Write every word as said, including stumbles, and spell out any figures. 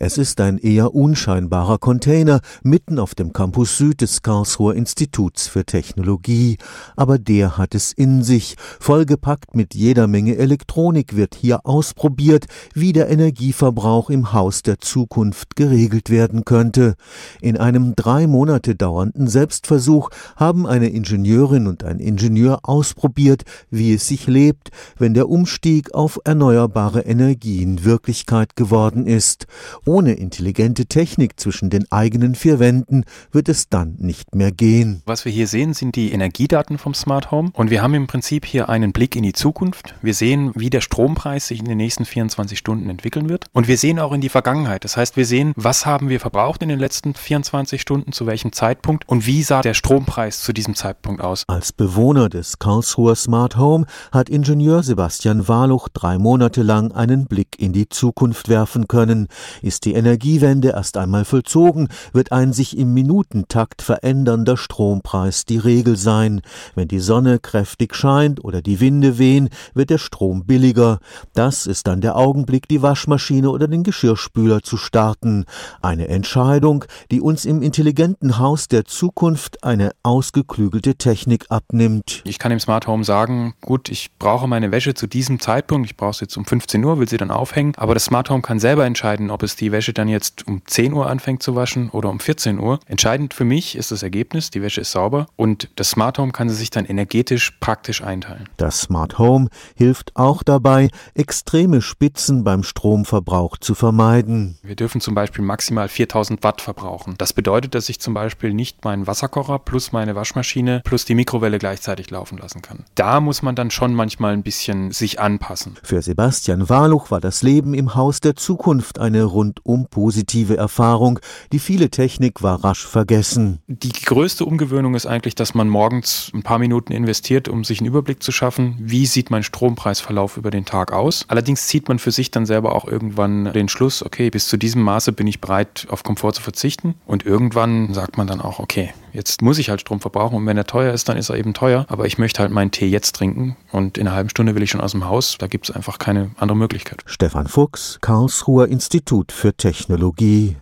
Es ist ein eher unscheinbarer Container mitten auf dem Campus Süd des Karlsruher Instituts für Technologie. Aber der hat es in sich. Vollgepackt mit jeder Menge Elektronik wird hier ausprobiert, wie der Energieverbrauch im Haus der Zukunft geregelt werden könnte. In einem drei Monate dauernden Selbstversuch haben eine Ingenieurin und ein Ingenieur ausprobiert, wie es sich lebt, wenn der Umstieg auf erneuerbare Energien Wirklichkeit geworden ist. Ohne intelligente Technik zwischen den eigenen vier Wänden wird es dann nicht mehr gehen. Was wir hier sehen, sind die Energiedaten vom Smart Home und wir haben im Prinzip hier einen Blick in die Zukunft. Wir sehen, wie der Strompreis sich in den nächsten vierundzwanzig Stunden entwickeln wird und wir sehen auch in die Vergangenheit. Das heißt, wir sehen, was haben wir verbraucht in den letzten vierundzwanzig Stunden, zu welchem Zeitpunkt und wie sah der Strompreis zu diesem Zeitpunkt aus. Als Bewohner des Karlsruher Smart Home hat Ingenieur Sebastian Waluch drei Monate lang einen Blick in die Zukunft werfen können. Ist die Energiewende erst einmal vollzogen, wird ein sich im Minutentakt verändernder Strompreis die Regel sein. Wenn die Sonne kräftig scheint oder die Winde wehen, wird der Strom billiger. Das ist dann der Augenblick, die Waschmaschine oder den Geschirrspüler zu starten. Eine Entscheidung, die uns im intelligenten Haus der Zukunft eine ausgeklügelte Technik abnimmt. Ich kann im Smart Home sagen, gut, ich brauche meine Wäsche zu diesem Zeitpunkt, ich brauche sie jetzt um fünfzehn Uhr, will sie dann aufhängen, aber das Smart Home kann selber entscheiden, ob es die Wäsche dann jetzt um zehn Uhr anfängt zu waschen oder um vierzehn Uhr. Entscheidend für mich ist das Ergebnis, die Wäsche ist sauber und das Smart Home kann sie sich dann energetisch praktisch einteilen. Das Smart Home hilft auch dabei, extreme Spitzen beim Stromverbrauch zu vermeiden. Wir dürfen zum Beispiel maximal viertausend Watt verbrauchen. Das bedeutet, dass ich zum Beispiel nicht meinen Wasserkocher plus meine Waschmaschine plus die Mikrowelle gleichzeitig laufen lassen kann. Da muss man dann schon manchmal ein bisschen sich anpassen. Für Sebastian Waluch war das Leben im Haus der Zukunft eine rundum positive Erfahrung. Die viele Technik war rasch vergessen. Die größte Umgewöhnung ist eigentlich, dass man morgens ein paar Minuten investiert, um sich einen Überblick zu schaffen, wie sieht mein Strompreisverlauf über den Tag aus. Allerdings zieht man für sich dann selber auch irgendwann den Schluss, okay, bis zu diesem Maße bin ich bereit, auf Komfort zu verzichten. Und irgendwann sagt man dann auch, okay, jetzt muss ich halt Strom verbrauchen und wenn er teuer ist, dann ist er eben teuer. Aber ich möchte halt meinen Tee jetzt trinken und in einer halben Stunde will ich schon aus dem Haus. Da gibt es einfach keine andere Möglichkeit. Stefan Fuchs, Karlsruher Institut für Technologie.